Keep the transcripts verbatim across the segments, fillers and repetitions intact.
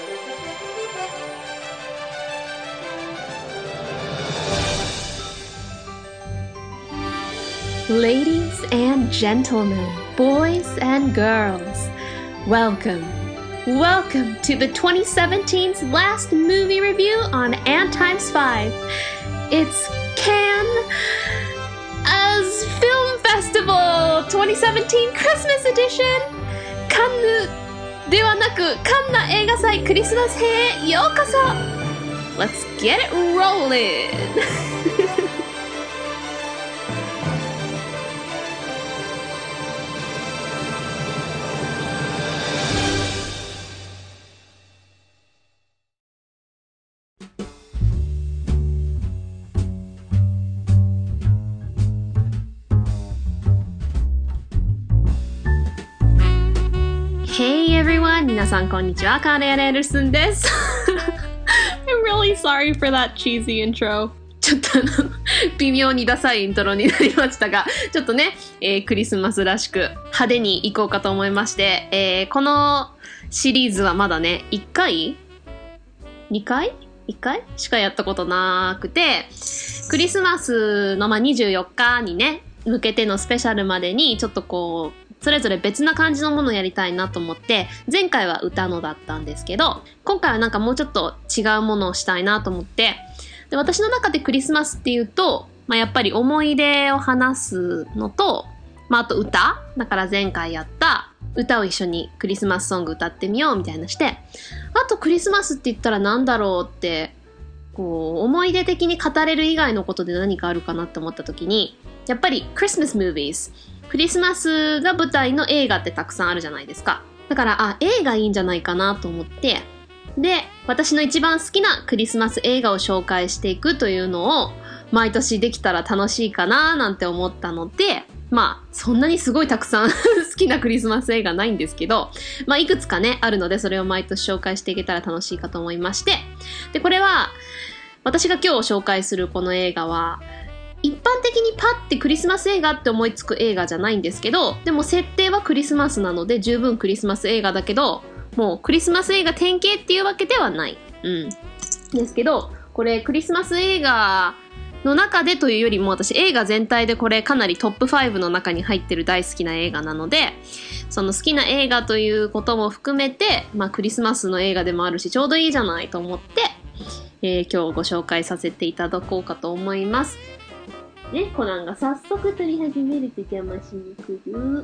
Ladies and gentlemen, boys and girls, welcome, welcome to the twenty seventeen's last movie review on And Times five. It's Cannes as Film Festival twenty seventeen Christmas Edition! カンヌではなく、カンナ映画祭クリスマス編へようこそ Let's get it rolling! Hey everyone! 皆さんこんにちは。カーネア・エルスンです。I'm really sorry for that cheesy intro. ちょっとあの、微妙にダサいイントロになりましたが、ちょっとね、えー、クリスマスらしく派手に行こうかと思いまして、えー、このシリーズはまだね、いっかい ?に 回 ?いっ 回しかやったことなくて、クリスマスの、まあ、にじゅうよっかにね、向けてのスペシャルまでにちょっとこう、それぞれ別な感じのものをやりたいなと思って、前回は歌のだったんですけど、今回はなんかもうちょっと違うものをしたいなと思って、で、私の中でクリスマスっていうと、まあ、やっぱり思い出を話すのと、まあ、あと歌だから前回やった歌を一緒にクリスマスソング歌ってみようみたいなして、あとクリスマスって言ったらなんだろうって、こう、思い出的に語れる以外のことで何かあるかなって思った時に、やっぱりクリスマスムービーズ、クリスマスが舞台の映画ってたくさんあるじゃないですか。だから、あ、映画いいんじゃないかなと思って、で、私の一番好きなクリスマス映画を紹介していくというのを、毎年できたら楽しいかななんて思ったので、まあ、そんなにすごいたくさん好きなクリスマス映画ないんですけど、まあ、いくつかね、あるので、それを毎年紹介していけたら楽しいかと思いまして、で、これは、私が今日紹介するこの映画は、一般的にパッてクリスマス映画って思いつく映画じゃないんですけど、でも設定はクリスマスなので十分クリスマス映画だけど、もうクリスマス映画典型っていうわけではない。うん。ですけど、これクリスマス映画の中でというよりも、私映画全体でこれかなりトップごの中に入ってる大好きな映画なので、その好きな映画ということも含めて、まあクリスマスの映画でもあるし、ちょうどいいじゃないと思って、えー、今日ご紹介させていただこうかと思います。ね、コナンが早速撮り始めると邪魔しに来る。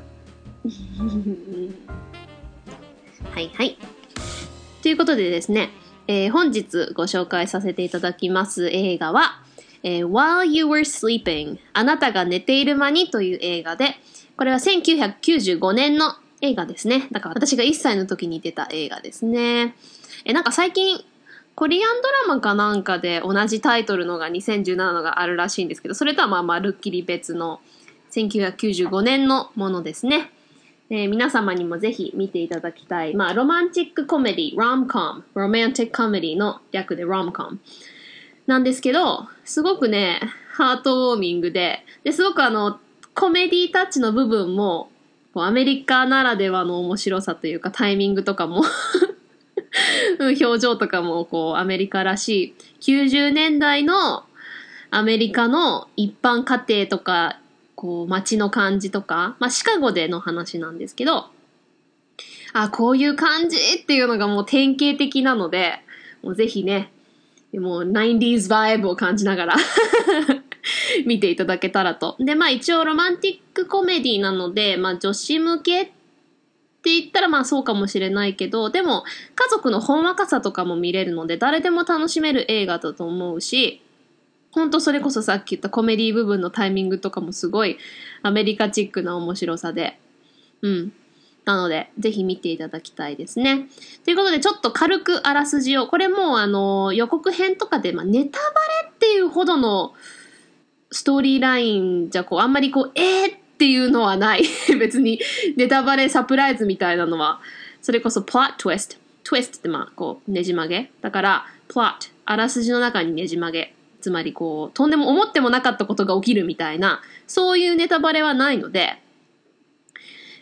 はいはい。ということでですね、えー、本日ご紹介させていただきます映画は、えー、While You Were Sleeping あなたが寝ている間にという映画で、これはせんきゅうひゃくきゅうじゅうごねんの映画ですね。だから私がいっさいの時に出た映画ですね。えー、なんか最近、コリアンドラマかなんかで同じタイトルのがにせんじゅうななのがあるらしいんですけど、それとはまあまるっきり別のせんきゅうひゃくきゅうじゅうごねんのものですね。えー、皆様にもぜひ見ていただきたい。まあ、ロマンチックコメディ、ロムコム、ロマンティックコメディの略でロムコムなんですけど、すごくね、ハートウォーミングで、ですごくあの、コメディタッチの部分も、アメリカならではの面白さというかタイミングとかも表情とかもこうアメリカらしいきゅうじゅうねんだいのアメリカの一般家庭とかこう街の感じとか、まあシカゴでの話なんですけど、あ、こういう感じっていうのがもう典型的なので、もうぜひね、もう ナインティーズ バイブを感じながら見ていただけたらと。で、まあ一応ロマンティックコメディなので、まあ女子向けって言ったらまあそうかもしれないけど、でも家族のほんわかさとかも見れるので誰でも楽しめる映画だと思うし、ほんとそれこそさっき言ったコメディ部分のタイミングとかもすごいアメリカチックな面白さで、うん。なので、ぜひ見ていただきたいですね。ということで、ちょっと軽くあらすじを、これもうあの予告編とかで、まあ、ネタバレっていうほどのストーリーラインじゃこうあんまりこうえーっていうのはない別にネタバレサプライズみたいなのはそれこそプロットトゥイストトゥイストってまあこうねじ曲げだからプロットあらすじの中にねじ曲げつまりこうとんでも思ってもなかったことが起きるみたいなそういうネタバレはないので、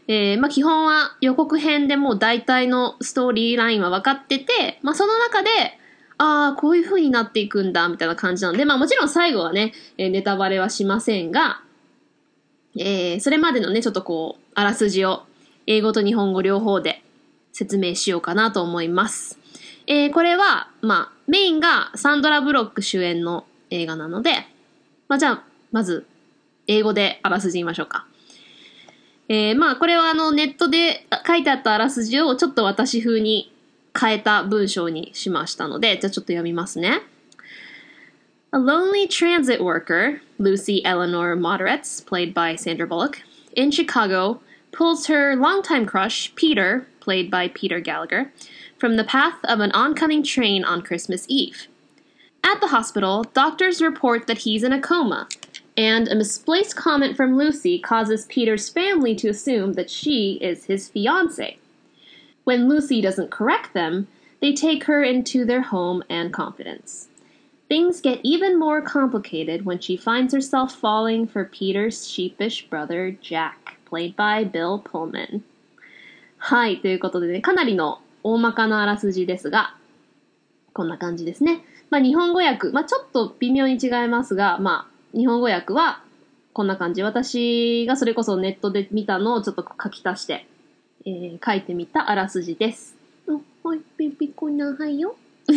えー、まあ基本は予告編でもう大体のストーリーラインは分かってて、まあその中で、ああ、こういう風になっていくんだ、みたいな感じなので、まあもちろん最後はね、えー、ネタバレはしませんが、えー、それまでのね、ちょっとこう、あらすじを英語と日本語両方で説明しようかなと思います。えー、これは、まあ、メインがサンドラ・ブロック主演の映画なので、まあじゃあ、まず、英語であらすじ言いましょうか。えー、まあ、これはあの、ネットで書いてあったあらすじをちょっと私風に変えた文章にしましたので、じゃあちょっと読みますね。A lonely transit worker, Lucy Eleanor Moderatz, played by Sandra Bullock, in Chicago, pulls her longtime crush, Peter, played by Peter Gallagher, from the path of an oncoming train on Christmas Eve. At the hospital, doctors report that he's in a coma, and a misplaced comment from Lucy causes Peter's family to assume that she is his fiancée. When Lucy doesn't correct them, they take her into their home and confidence. Things get even more complicated when she finds herself falling for Peter's sheepish brother Jack, played by Bill Pullman. はい、ということでね、かなりの大まかなあらすじですが、こんな感じですね。まあ日本語訳、まあちょっと微妙に違いますが、まあ日本語訳はこんな感じ。私がそれこそネットで見たのをちょっと書き足して、えー、書いてみたあらすじです。はい、ピピコな、はいよ。はい、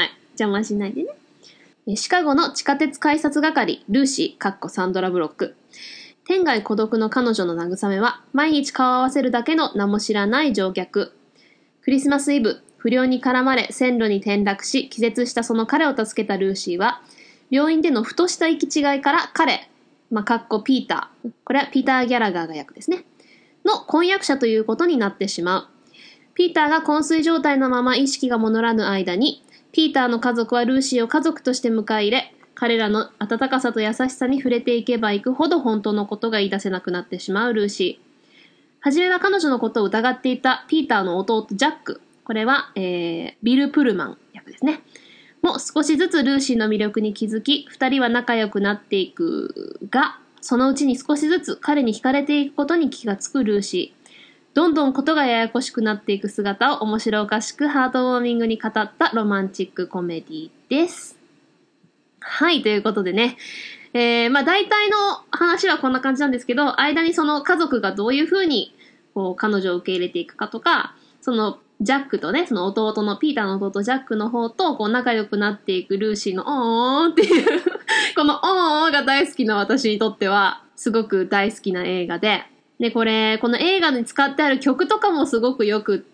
邪魔しないでね。シカゴの地下鉄改札係、ルーシー、かっこサンドラ・ブロック。天涯孤独の彼女の慰めは、毎日顔を合わせるだけの名も知らない乗客。クリスマスイブ、不良に絡まれ線路に転落し、気絶したその彼を助けたルーシーは、病院でのふとした行き違いから彼、まあ、かっこピーター。これはピーター・ギャラガーが役ですね。の婚約者ということになってしまう。ピーターが昏睡状態のまま意識が戻らぬ間に、ピーターの家族はルーシーを家族として迎え入れ、彼らの温かさと優しさに触れていけばいくほど本当のことが言い出せなくなってしまうルーシー。はじめは彼女のことを疑っていたピーターの弟ジャック。これは、えー、ビル・プルマン役ですね。も少しずつルーシーの魅力に気づき、二人は仲良くなっていくが、そのうちに少しずつ彼に惹かれていくことに気がつくルーシー。どんどんことがややこしくなっていく姿を面白おかしくハートウォーミングに語ったロマンチックコメディです。はい、ということでね。えー、まあ大体の話はこんな感じなんですけど、間にその家族がどういうふうにこう彼女を受け入れていくかとか、そのジャックとね、その弟の、ピーターの弟ジャックの方とこう仲良くなっていくルーシーのおーっていう、このおーが大好きな私にとっては、すごく大好きな映画で、で、これ、この映画に使ってある曲とかもすごくよくって、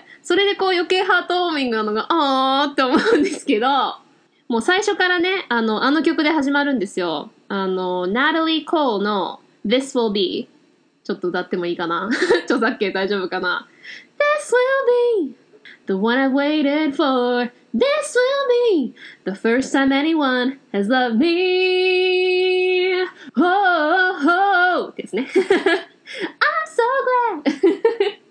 それでこう余計ハートウォーミングなのが、あーって思うんですけど、もう最初からね、あの、あの曲で始まるんですよ。あの、ナタリー・コールの This Will Be。ちょっと歌ってもいいかな著作権大丈夫かな This will be the one I've waited for. This will be the first time anyone has loved me. Oh, oh, oh. ですね。I'm so glad. Love and disgrace and a kiss and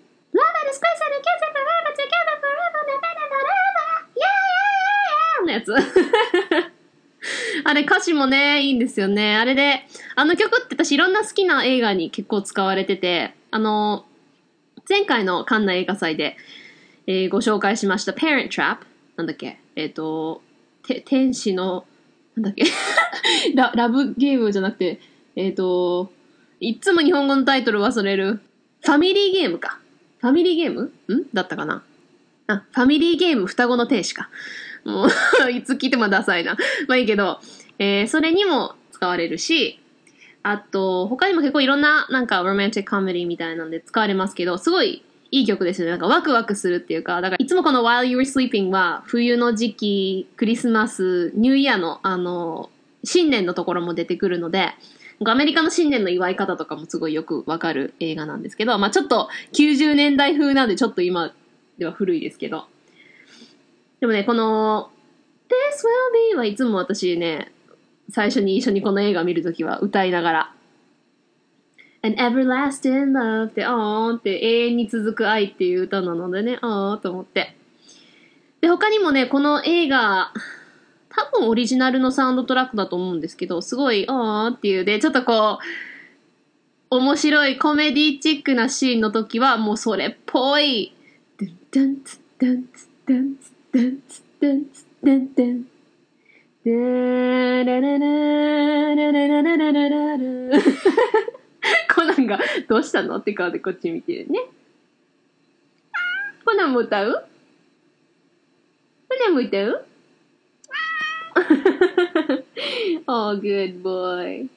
forever together forever, never, never, never. Yeah, yeah, yeah, yeah. のやつ。あれ歌詞もね、いいんですよね。あれで、あの曲って私いろんな好きな映画に結構使われてて、あの、前回のカンナ映画祭で、えー、ご紹介しました Parent Trap。なんだっけえっ、ー、と、て、天使の、なんだっけラ, ラブゲームじゃなくて、えっ、ー、と、いつも日本語のタイトル忘れる。ファミリーゲームか。ファミリーゲームんだったかなあ、ファミリーゲーム双子の天使か。もう、いつ聞いてもダサいな。まあいいけど、えー、それにも使われるし、あと、他にも結構いろんな、なんか、ロマンティックコメディみたいなんで使われますけど、すごいいい曲ですよね。なんかワクワクするっていうか、だからいつもこの While You Were Sleeping は、冬の時期、クリスマス、ニューイヤーの、あの、新年のところも出てくるので、アメリカの新年の祝い方とかもすごいよくわかる映画なんですけど、まあちょっときゅうじゅうねんだい風なんでちょっと今では古いですけど。でもね、この This will be はいつも私ね、最初に一緒にこの映画を見るときは歌いながら An everlasting love って、あーって永遠に続く愛っていう歌なのでね、あーと思って。で、他にもね、この映画、多分オリジナルのサウンドトラックだと思うんですけど、すごい、あーっていうで、ちょっとこう、 面白いコメディチックなシーンの時はもうそれっぽいダンツダンツダンツダンツダンツダンダンダラララララララララララコナンがどうしたのって顔でこっち見てるね。コナンも歌う？コナンも歌う？Oh, good boy.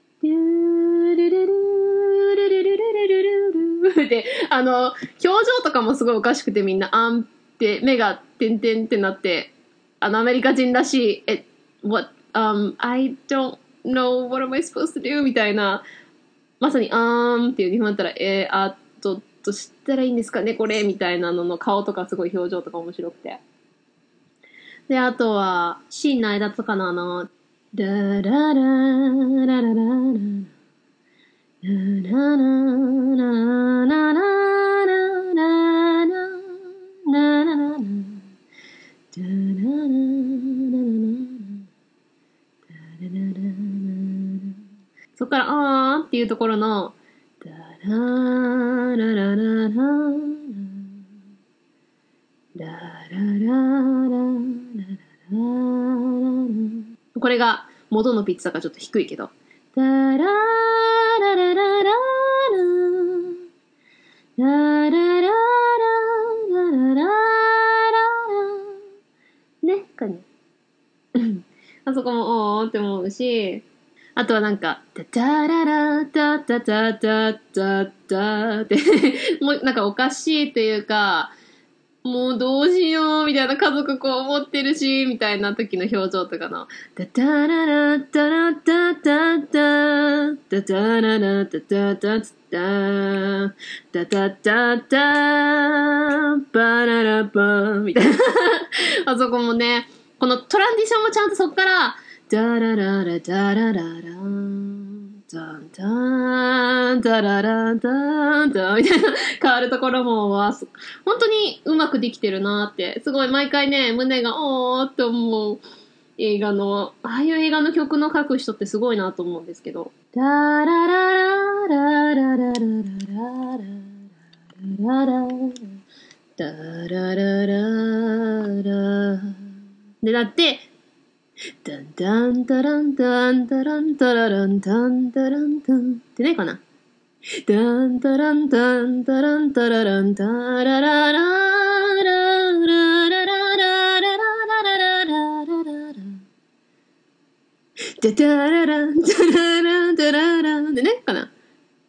で、あの、表情とかもすごいおかしくてみんな、あんって目がてんてんってなって、あのアメリカ人らしい、え、what, um, I don't know what am I supposed to do? みたいな、まさにあーんっていう日本だったら、えー、あ、ど、どうしたらいいんですかねこれみたいなのの顔とかすごい表情とか面白くて。で、あとは、シーンの間とかのあの、ダラララララララララララララそっからあーっていうところのダララララララララこれが元のピッチだからちょっと低いけどダラララララララララララララねかねあそこもおーって思うしあとはなんかダダララダダダダダダってもうなんかおかしいというかもうどうしようみたいな家族こう思ってるしみたいな時の表情とかのダダララダラダダダダダララダダダダダダダダバララバみたいなあそこもねこのトランジションもちゃんとそっからダラララダラララダンダンダララダンダンみたいな変わるところもは本当にうまくできてるなってすごい毎回ね胸がおーって思う映画のああいう映画の曲の書く人ってすごいなと思うんですけどダララララララララララララダララララでだってダンダンダランダンダランダラランダンダランダンってないかなダンダランダンダランダラランダラララララララララララララダダラランダラランダラランでねかな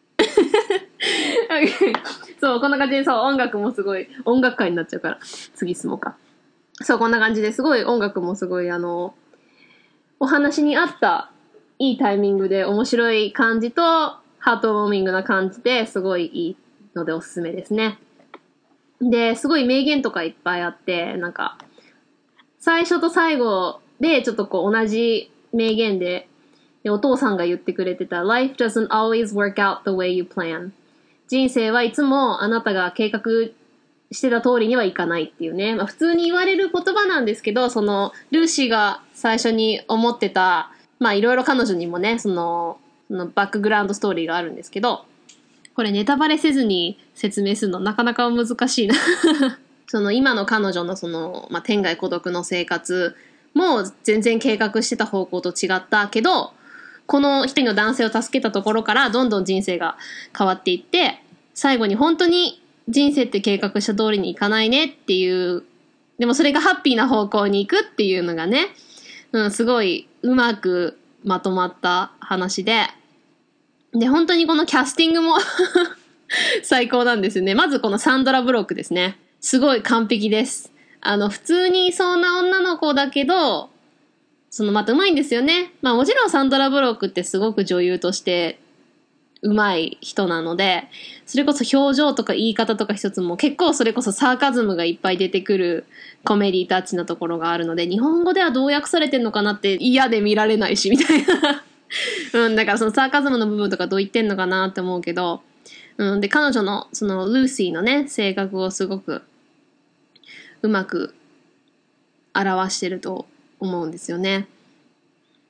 そうこんな感じでそう音楽もすごい音楽会になっちゃうから次進もうかそうこんな感じですごい音楽もすごいあのお話に合ったいいタイミングで面白い感じとハートウォーミングな感じですごいいいのでおすすめですね。で、すごい名言とかいっぱいあって、なんか最初と最後でちょっとこう同じ名言で、でお父さんが言ってくれてた Life doesn't always work out the way you plan 人生はいつもあなたが計画してた通りにはいかないっていうね。まあ、普通に言われる言葉なんですけど、その、ルーシーが最初に思ってた、まあいろいろ彼女にもね、その、そのバックグラウンドストーリーがあるんですけど、これネタバレせずに説明するのなかなか難しいな。その今の彼女のその、まあ天涯孤独の生活も全然計画してた方向と違ったけど、この一人の男性を助けたところからどんどん人生が変わっていって、最後に本当に人生って計画した通りにいかないねっていう、でもそれがハッピーな方向に行くっていうのがね、うん、すごいうまくまとまった話で、で、本当にこのキャスティングも最高なんですよね。まずこのサンドラ・ブロックですね。すごい完璧です。あの、普通にいそうな女の子だけど、そのまた上手いんですよね。まあもちろんサンドラ・ブロックってすごく女優として上手い人なので、それこそ表情とか言い方とか一つも結構それこそサーカズムがいっぱい出てくるコメディタッチなところがあるので、日本語ではどう訳されてんのかなって嫌で見られないしみたいな。うん、だからそのサーカズムの部分とかどう言ってんのかなって思うけど、うん、で、彼女のそのルーシーのね、性格をすごくうまく表してると思うんですよね。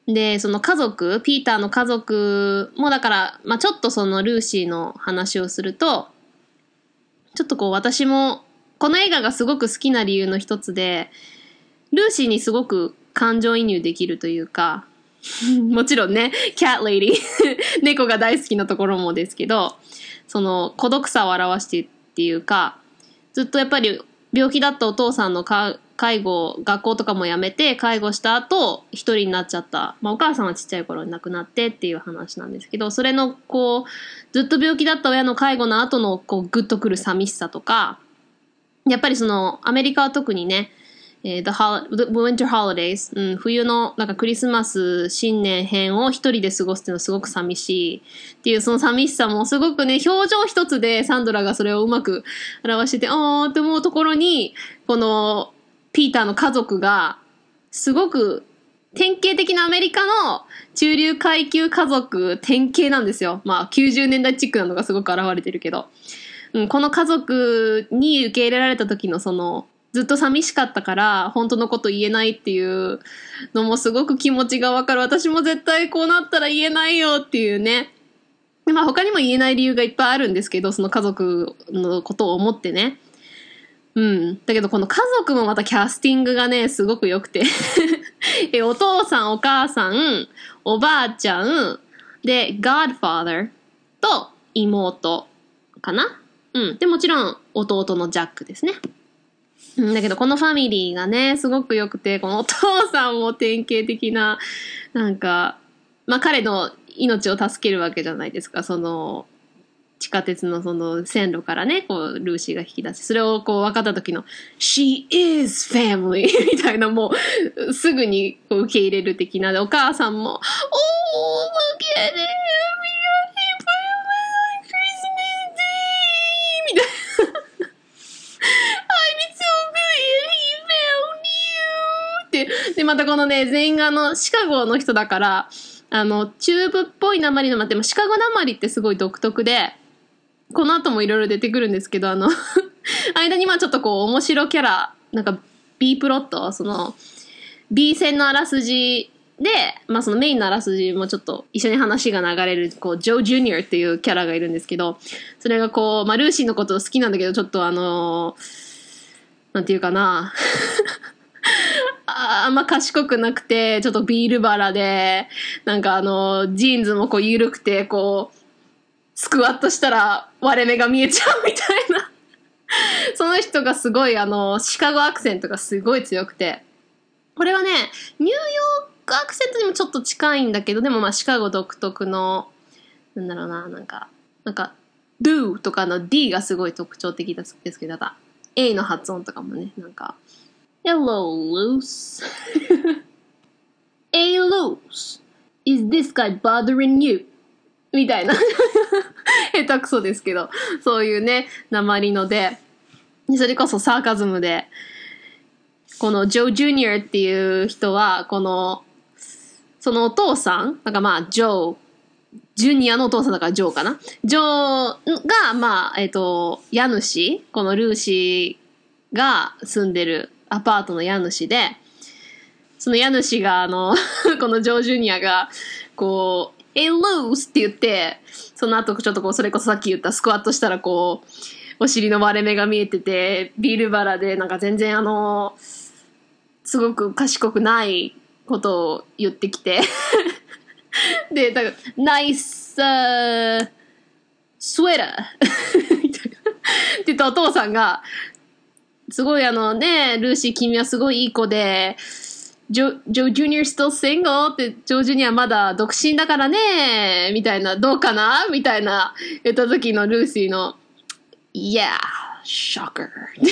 で、その家族、ピーターの家族もだから、まあちょっとそのルーシーの話をすると、ちょっとこう私も、この映画がすごく好きな理由の一つで、ルーシーにすごく感情移入できるというか、もちろんね、キャットレディ、猫が大好きなところもですけど、その孤独さを表してっていうか、ずっとやっぱり病気だったお父さんのか介護、学校とかも辞めて介護した後、一人になっちゃった。まあお母さんはちっちゃい頃に亡くなってっていう話なんですけど、それのこう、ずっと病気だった親の介護の後のこうグッとくる寂しさとか、やっぱりそのアメリカは特にね、えー、the, hol- the Winter Holidays、うん、冬のなんかクリスマス新年編を一人で過ごすっていうのはすごく寂しいっていうその寂しさもすごくね、表情一つでサンドラがそれをうまく表してて、あーって思うところに、このピーターの家族がすごく典型的なアメリカの中流階級家族典型なんですよ。まあきゅうじゅうねんだいチックなのがすごく現れてるけど、うん、この家族に受け入れられた時のそのずっと寂しかったから本当のこと言えないっていうのもすごく気持ちがわかる。私も絶対こうなったら言えないよっていうね。まあ他にも言えない理由がいっぱいあるんですけど、その家族のことを思ってね。うん。だけどこの家族もまたキャスティングがね、すごく良くて。え、お父さん、お母さん、おばあちゃん、で、Godfather と妹かな。うん。で、もちろん弟のジャックですね。だけどこのファミリーがね、すごく良くて、このお父さんも典型的な、なんか、まあ彼の命を助けるわけじゃないですか。その、地下鉄のその線路からね、こう、ルーシーが引き出し、それをこう分かった時の、She is family みたいな、もう、すぐにこう受け入れる的なで、お母さんも、Oh, look at him! で、またこのね、全員があの、シカゴの人だから、あの、中部っぽい訛りの、まあ、でもシカゴ訛りってすごい独特で、この後もいろいろ出てくるんですけど、あの、間にまあちょっとこう、面白キャラ、なんか B プロット、その、B 線のあらすじで、まあそのメインのあらすじもちょっと一緒に話が流れる、こう、ジョー・ジュニアっていうキャラがいるんですけど、それがこう、まあルーシーのこと好きなんだけど、ちょっとあの、なんていうかな、あんま賢くなくて、ちょっとビールバラで、なんかあの、ジーンズもこう緩くて、こう、スクワットしたら割れ目が見えちゃうみたいな。その人がすごいあの、シカゴアクセントがすごい強くて。これはね、ニューヨークアクセントにもちょっと近いんだけど、でもまあシカゴ独特の、なんだろうな、なんか、なんか、do とかの D がすごい特徴的ですけど、A の発音とかもね、なんか、Hello, Luce. Hey, Luce. Is this guy bothering you? みたいな。下手くそですけど、そういうね、訛りので、それこそサーカズムで、このジョー・ジュニアっていう人は、この、そのお父さん、なんかまあ、ジョー、ジュニアのお父さんだからジョーかな。ジョーが、まあ、えっと、家主、このルーシーが住んでるアパートの家主で、その家主が、あの、このジョー・ジュニアが、こう、え、ルースって言って、その後ちょっとこう、それこそさっき言ったスクワットしたらこう、お尻の割れ目が見えてて、ビールバラで、なんか全然あの、すごく賢くないことを言ってきて、で、だから、ナイス、uh, スウェラーみたいな。って言ったお父さんが、すごいあのね、ルーシー君はすごいいい子で、ジョ、ジョージュニア still single? って、ジョージュニアまだ独身だからね、みたいな、どうかなみたいな言った時のルーシーの、Yeah, shocker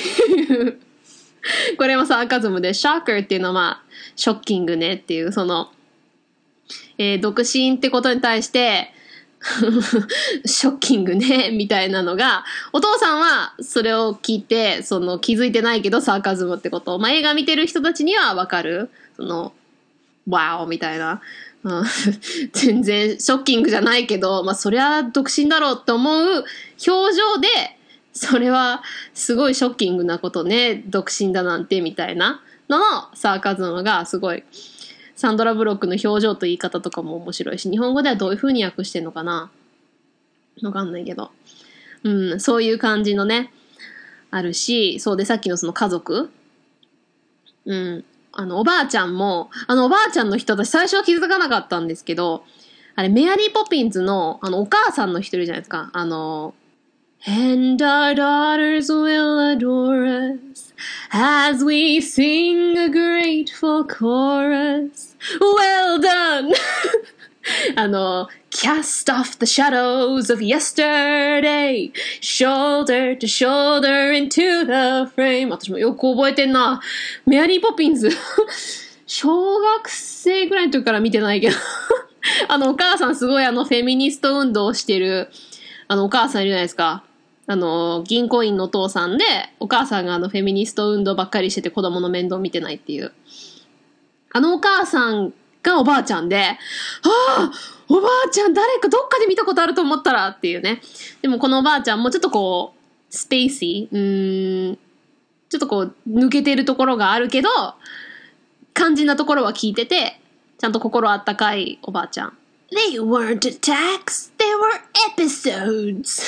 これもサーカズムで、shocker っていうのはまあ、ショッキングねっていう、その、えー、独身ってことに対して、ショッキングね、みたいなのが、お父さんはそれを聞いて、その気づいてないけどサーカズムってことを、まあ、映画見てる人たちにはわかる。その、ワオみたいな。うん、全然ショッキングじゃないけど、まあそりゃ独身だろうって思う表情で、それはすごいショッキングなことね、独身だなんてみたいなののサーカズムがすごいサンドラ・ブロックの表情と言い方とかも面白いし、日本語ではどういう風に訳してんのかな、わかんないけど。うん、そういう感じのね、あるし、そうでさっきのその家族、うん、あの、おばあちゃんも、あのおばあちゃんの人、私最初は気づかなかったんですけど、あれ、メアリー・ポピンズの、あの、お母さんの人いるじゃないですか。あの、And our daughters will adore us as we sing a grateful chorus. Well done! あの、Cast off the shadows of yesterday, shoulder to shoulder into the frame. 私もよく覚えてんな。メアリー・ポピンズ。小学生ぐらいの時から見てないけど。あの、お母さんすごいあの、フェミニスト運動をしてる、あの、お母さんいるじゃないですか。あの、銀行員のお父さんで、お母さんがあの、フェミニスト運動ばっかりしてて子供の面倒見てないっていう。あのお母さんがおばあちゃんで、ああおばあちゃん誰かどっかで見たことあると思ったらっていうね。でもこのおばあちゃんもちょっとこう、スペーシー、うーん、ちょっとこう、抜けてるところがあるけど、肝心なところは聞いてて、ちゃんと心あったかいおばあちゃん。They weren't attacks, they were episodes.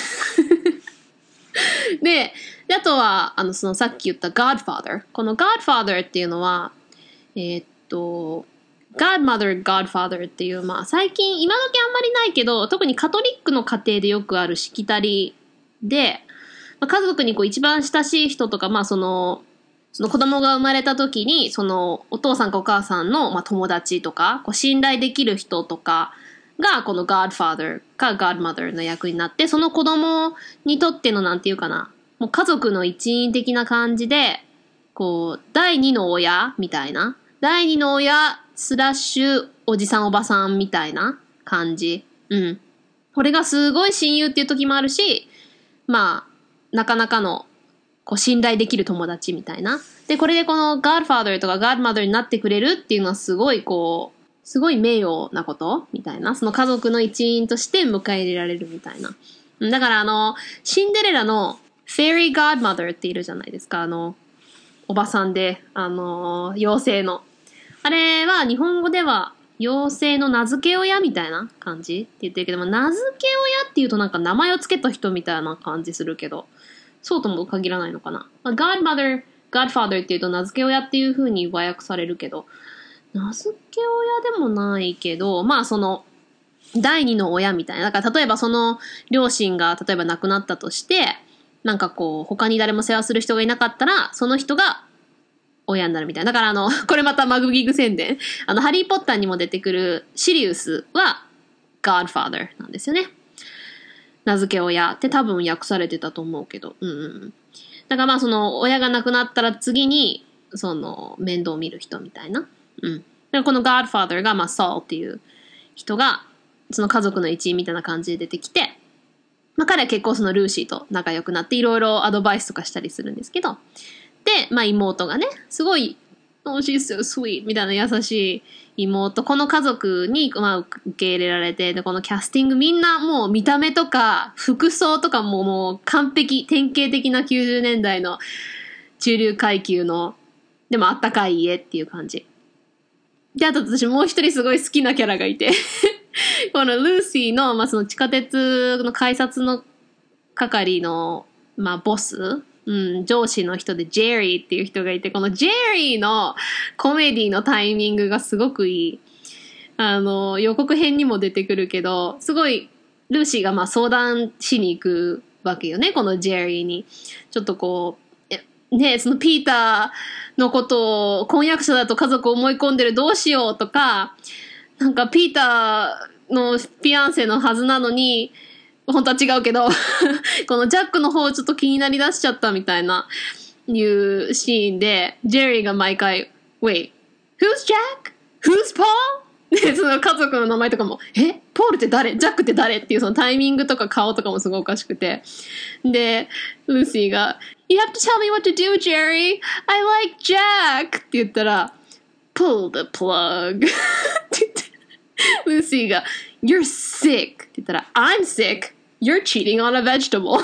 で、で、あとは、あの、そのさっき言った Godfather。この Godfather っていうのは、えー、っと、Godmother, Godfather っていう、まあ最近、今時あんまりないけど、特にカトリックの家庭でよくあるしきたりで、まあ、家族にこう一番親しい人とか、まあその、その子供が生まれた時に、そのお父さんかお母さんの、まあ、友達とか、こう信頼できる人とかが、この Godfather か Godmother の役になって、その子供にとってのなんていうかな、もう家族の一員的な感じで、こう、第二の親みたいな、第二の親スラッシュおじさんおばさんみたいな感じ。うん。これがすごい親友っていう時もあるし、まあ、なかなかの、こう信頼できる友達みたいな。で、これでこの Godfather とか Godmother になってくれるっていうのはすごいこう、すごい名誉なことみたいな。その家族の一員として迎え入れられるみたいな。だからあの、シンデレラの Fairy Godmother っているじゃないですか。あの、おばさんで、あの、妖精の。あれは日本語では妖精の名付け親みたいな感じって言ってるけども、名付け親っていうとなんか名前をつけた人みたいな感じするけど、そうとも限らないのかな。Godmother, Godfather っていうと名付け親っていう風に和訳されるけど、名付け親でもないけど、まあその、第二の親みたいな。だから例えばその両親が例えば亡くなったとして、なんかこう、他に誰も世話する人がいなかったら、その人が親になるみたいな。だからあの、これまたマグギグ宣伝。あの、ハリーポッターにも出てくるシリウスは Godfather なんですよね。名付け親って多分訳されてたと思うけど。うんうん。だからまあその、親が亡くなったら次に、その、面倒を見る人みたいな。うん。だからこの Godfather がまあ Saul っていう人が、その家族の一員みたいな感じで出てきて、まあ彼は結構そのルーシーと仲良くなっていろいろアドバイスとかしたりするんですけど、で、まあ妹がね、すごい、Oh, she's so sweet みたいな優しい妹、この家族に、まあ、受け入れられて、で、このキャスティングみんなもう見た目とか服装とかももう完璧、典型的なきゅうじゅうねんだいの中流階級の、でもあったかい家っていう感じ。で、あと私もう一人すごい好きなキャラがいて、このルーシーの、まあその地下鉄の改札の係の、まあボス、うん、上司の人でジェリーっていう人がいて、このジェリーのコメディのタイミングがすごくいい。あの、予告編にも出てくるけど、すごい、ルーシーがまあ相談しに行くわけよね、このジェリーに。ちょっとこう、ね、そのピーターのことを婚約者だと家族を思い込んでるどうしようとか、なんかピーターのフィアンセのはずなのに、本当は違うけどこのジャックの方ちょっと気になりだしちゃったみたいないうシーンでジェリーが毎回 Wait, who's Jack? Who's Paul? でその家族の名前とかもえポールって誰ジャックって誰っていうそのタイミングとか顔とかもすごいおかしくてでルーシーが You have to tell me what to do, Jerry. I like Jack って言ったら Pull the plug って言ってルーシーが You're sick って言ったら I'm sick.You're cheating on a vegetable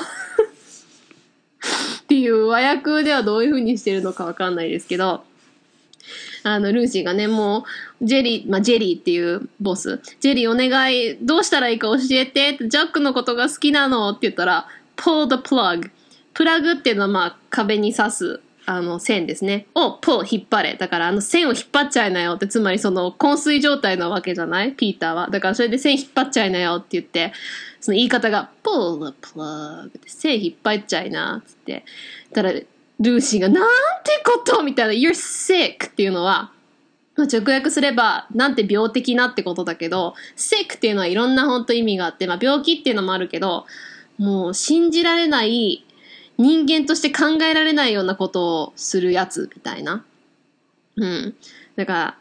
っていう和訳ではどういう風にしてるのかわかんないですけど、 あの、ルーシーがね、もう、ジェリー、まあ、ジェリーっていうボス、ジェリーお願い、どうしたらいいか教えてって、ジャックのことが好きなのって言ったら、pull the plug。プラグっていうのはまあ、壁に刺す、あの、線ですね。を、pull、引っ張れ。だから、あの、線を引っ張っちゃいなよって、つまりその、昏睡状態なわけじゃないピーターは。だから、それで線引っ張っちゃいなよって言って、その言い方が、pull the plug って線引っ張っちゃいな、つって。たら、ルーシーが、なんてことみたいな、you're sick っていうのは、直訳すれば、なんて病的なってことだけど、sick っていうのはいろんな本当意味があって、まあ病気っていうのもあるけど、もう信じられない、人間として考えられないようなことをするやつみたいな。うん。だから、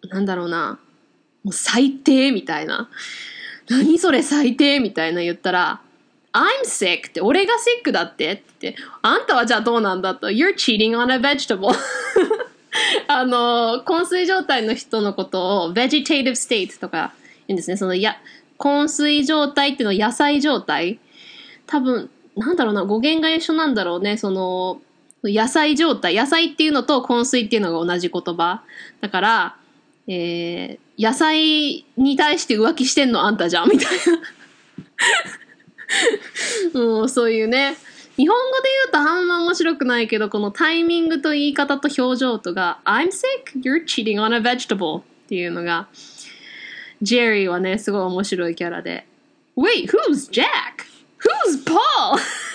なんだろうな。もう最低みたいな。何それ最低みたいな言ったら、I'm sick って、俺が sick だってって言って、あんたはじゃあどうなんだと。You're cheating on a vegetable あの、昏睡状態の人のことを vegetative state とか言うんですね。その、や、昏睡状態っていうのは野菜状態。多分、なんだろうな、語源が一緒なんだろうね。その、野菜状態。野菜っていうのと昏睡っていうのが同じ言葉。だから、えー、野菜に対して浮気してんのあんたじゃんみたいな。もうそういうね。日本語で言うとあんま面白くないけど、このタイミングと言い方と表情とが、I'm sick, you're cheating on a vegetable っていうのが、ジェリーはね、すごい面白いキャラで、Wait, who's Jack?Who's Paul?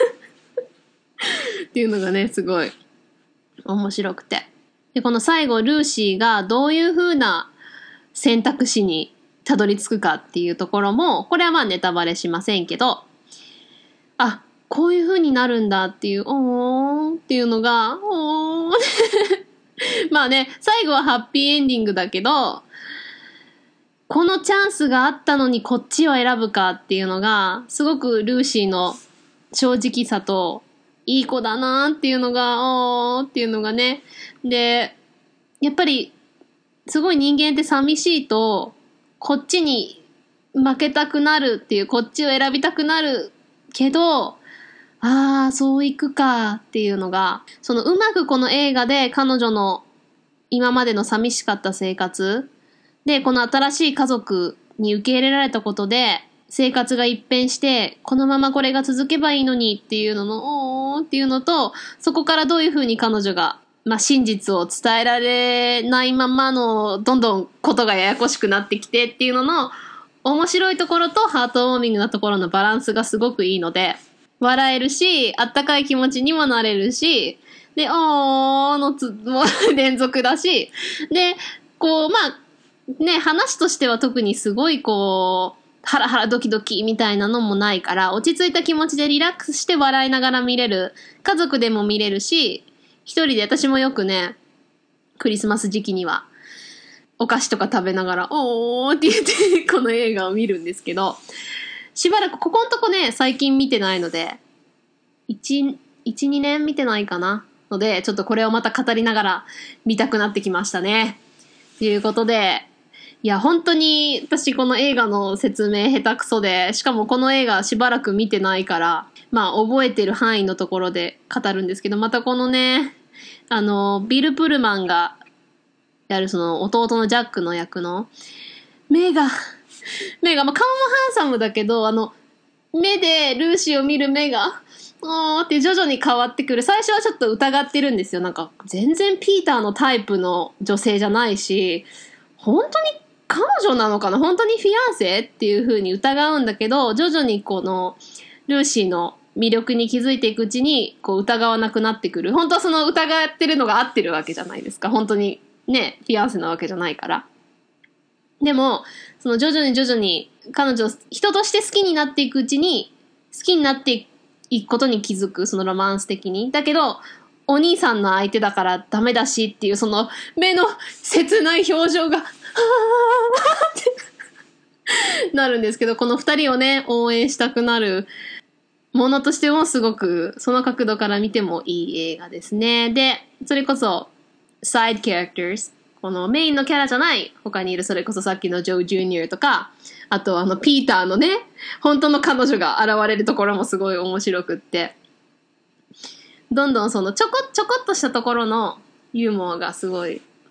っていうのがね、すごい面白くて。で、この最後、ルーシーがどういう風な選択肢にたどり着くかっていうところも、これはまあネタバレしませんけど、あ、こういう風になるんだっていう、おーっていうのが、おーまあね、最後はハッピーエンディングだけど、このチャンスがあったのにこっちを選ぶかっていうのが、すごくルーシーの正直さと、いい子だなーっていうのが、おーっていうのがね。で、やっぱり、すごい人間って寂しいと、こっちに負けたくなるっていう、こっちを選びたくなるけど、ああ、そういくかっていうのが、そのうまくこの映画で彼女の今までの寂しかった生活、で、この新しい家族に受け入れられたことで、生活が一変して、このままこれが続けばいいのにっていうのの、おーっていうのと、そこからどういうふうに彼女が、まあ、真実を伝えられないままの、どんどんことがややこしくなってきてっていうのの、面白いところとハートウォーミングなところのバランスがすごくいいので、笑えるし、あったかい気持ちにもなれるし、で、おーのつ、もう連続だし、で、こう、まあ、ね、話としては特にすごいこう、ハラハラドキドキみたいなのもないから、落ち着いた気持ちでリラックスして笑いながら見れる。家族でも見れるし、一人で私もよくね、クリスマス時期には、お菓子とか食べながら、おーって言ってこの映画を見るんですけど、しばらくここんとこね、最近見てないので、一、一、二年見てないかなので、ちょっとこれをまた語りながら見たくなってきましたね。ということで、いや、本当に私この映画の説明下手くそで、しかもこの映画しばらく見てないから、まあ覚えてる範囲のところで語るんですけど、またこのね、あの、ビル・プルマンがやるその弟のジャックの役の、目が、目が、まあ顔もハンサムだけど、あの、目でルーシーを見る目が、おーって徐々に変わってくる。最初はちょっと疑ってるんですよ。なんか、全然ピーターのタイプの女性じゃないし、本当に彼女なのかな本当にフィアンセっていう風に疑うんだけど、徐々にこの、ルーシーの魅力に気づいていくうちに、こう疑わなくなってくる。本当はその疑ってるのが合ってるわけじゃないですか。本当にね、フィアンセなわけじゃないから。でも、その徐々に徐々に彼女を人として好きになっていくうちに、好きになっていくことに気づく、そのロマンス的に。だけど、お兄さんの相手だからダメだしっていう、その目の切ない表情が、はぁーってなるんですけど、この二人をね、応援したくなるものとしてもすごく、その角度から見てもいい映画ですね。で、それこそ、サイドキャラクターズ。このメインのキャラじゃない他にいるそれこそさっきのジョー・ジュニアとか、あとあのピーターのね、本当の彼女が現れるところもすごい面白くって、どんどんそのちょこちょこっとしたところのユーモアがすごい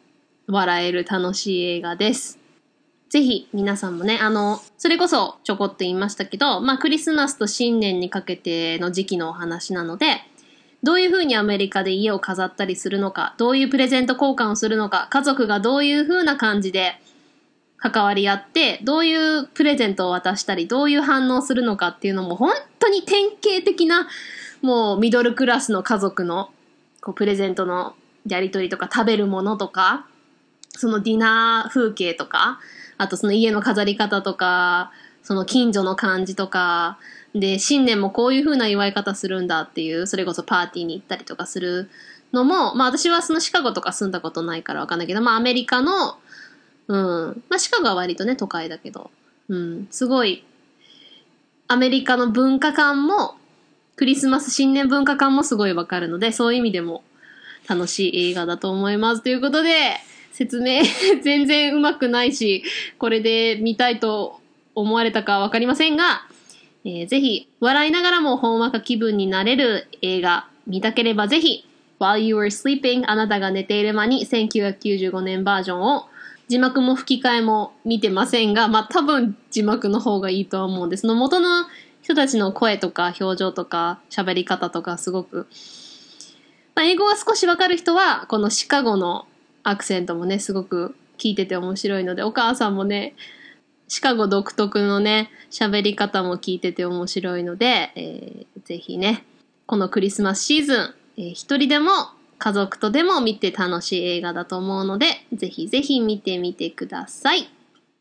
笑える楽しい映画です。ぜひ皆さんもね、あの、それこそちょこっと言いましたけど、まあクリスマスと新年にかけての時期のお話なので、どういう風にアメリカで家を飾ったりするのか、どういうプレゼント交換をするのか、家族がどういう風な感じで関わり合って、どういうプレゼントを渡したり、どういう反応するのかっていうのも本当に典型的な、もうミドルクラスの家族のこうプレゼントのやりとりとか食べるものとか、そのディナー風景とか、あとその家の飾り方とか、その近所の感じとか、で、新年もこういう風な祝い方するんだっていう、それこそパーティーに行ったりとかするのも、まあ私はそのシカゴとか住んだことないからわかんないけど、まあアメリカの、うん、まあシカゴは割とね都会だけど、うん、すごい、アメリカの文化観も、クリスマス新年文化観もすごいわかるので、そういう意味でも楽しい映画だと思います。ということで、説明全然うまくないし、これで見たいと思われたかわかりませんが、えー、ぜひ笑いながらもほんわか気分になれる映画見たければぜひ While You Were Sleeping あなたが寝ている間にせんきゅうひゃくきゅうじゅうごねんバージョンを字幕も吹き替えも見てませんが、まあ多分字幕の方がいいとは思うんです。その元の人たちの声とか表情とか喋り方とかすごく、まあ、英語が少しわかる人はこのシカゴのアクセントもねすごく聞いてて面白いので、お母さんもねシカゴ独特のね喋り方も聞いてて面白いので、えー、ぜひねこのクリスマスシーズン、えー、一人でも家族とでも見て楽しい映画だと思うので、ぜひぜひ見てみてください。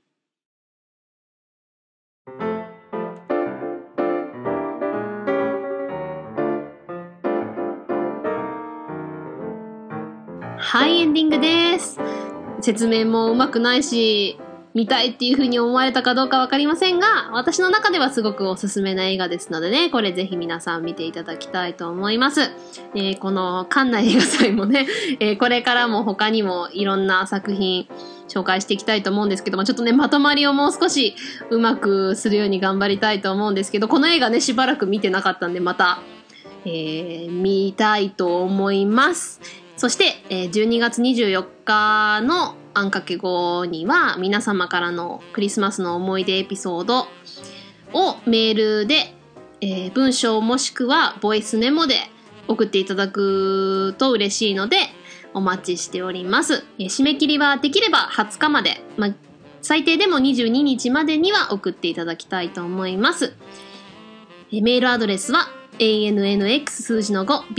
はい、エンディングです。説明もうまくないし、見たいっていう風に思われたかどうかわかりませんが、私の中ではすごくおすすめな映画ですのでね、これぜひ皆さん見ていただきたいと思います。えー、このカンナ映画祭もね、えー、これからも他にもいろんな作品紹介していきたいと思うんですけども、ちょっとね、まとまりをもう少しうまくするように頑張りたいと思うんですけど、この映画ね、しばらく見てなかったんで、また、えー、見たいと思います。そして、えー、じゅうにがつにじゅうよっかのあんかけごには皆様からのクリスマスの思い出エピソードをメールで、えー、文章もしくはボイスメモで送っていただくと嬉しいのでお待ちしております。えー、締め切りはできればはつかまで、まあ、最低でもにじゅうににちまでには送っていただきたいと思います。えー、メールアドレスはanx 数字の ご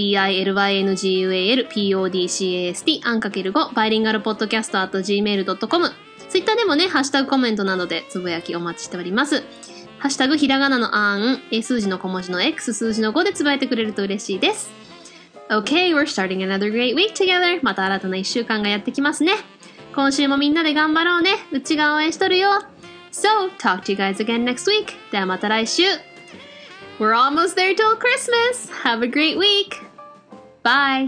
bilyngualpodcast アンかけるごバイリンガルポッドキャスト at ジーメールドットコム。 ツイッターでもねハッシュタグコメントなどでつぶやきお待ちしております。ハッシュタグひらがなのあん、数字の小文字の X 数字のごでつぶやいてくれると嬉しいです。 Okay, we're starting another great week together. また新たないっしゅうかんがやってきますね。今週もみんなで頑張ろうね。うちが応援しとるよ。 So, talk to you guys again next week. ではまた来週。We're almost there till Christmas. Have a great week. Bye.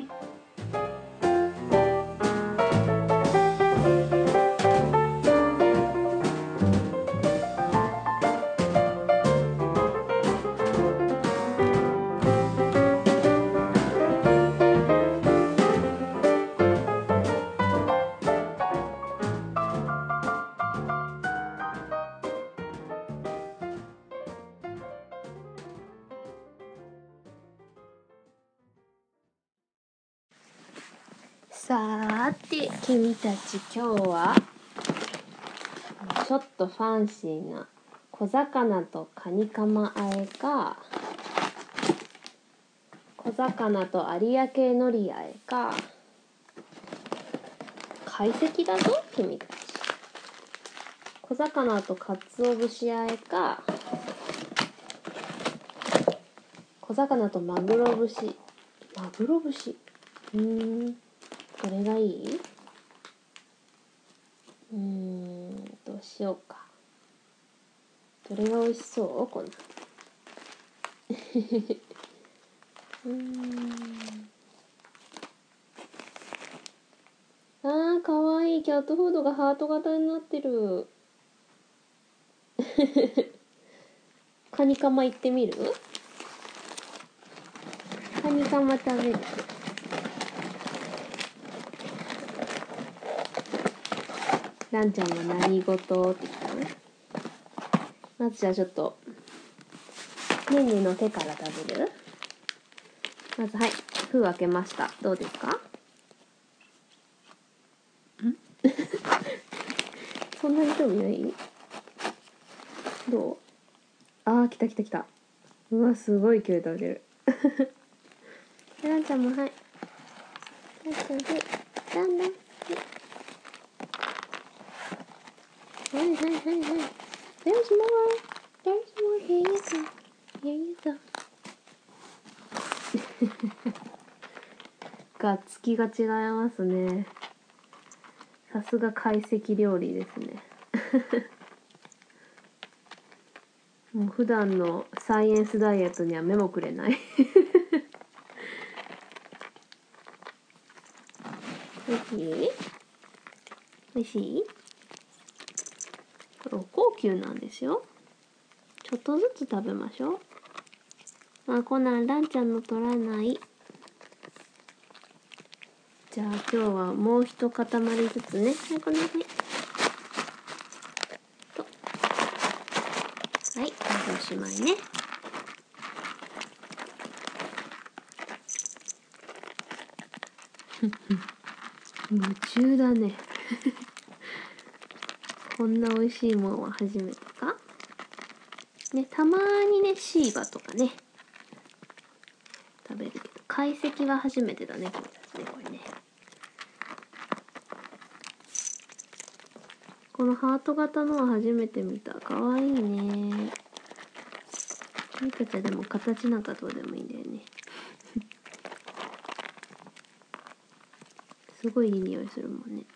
さーて君たち今日はちょっとファンシーな小魚とカニカマあえか小魚と有明海苔あえか懐石だぞ君たち。小魚とかつお節あえか小魚とマグロ節マグロ節うーんどれがいい？うーんどうしようか。どれが美味しそうこんなうーんあーかわいいキャットフードがハート型になってるカニカマ行ってみる？カニカマ食べる？ ランちゃんは何事って言ったの？まずじゃあちょっとニュニュの手から食べる？まずはい、封開けました。どうですか？んそんなに興味ない？どう？あー、来た来た来た。うわ、すごい勢いで食べてる。ランちゃんもはい。ランちゃんはい。ランラン。はいはいはいはい。There's more. There's more. Here you go. Here you go. がっつきが違いますね。さすが懐石料理ですね。もう普段のサイエンスダイエットには目もくれない。おいしい？おいしい？これお高級なんですよ。ちょっとずつ食べましょう。あ、こんなんランちゃんの取らない。じゃあ今日はもう一塊ずつね。はい、この辺。と。はい、あとおしまいね。夢中だね。こんな美味しいもんは初めてか？ね、たまにね、シーバとかね、食べるけど、懐石は初めてだね、これね、これね。このハート型のは初めて見た。かわいいね。みかちゃんでも形なんかどうでもいいんだよね。すごいいい匂いするもんね。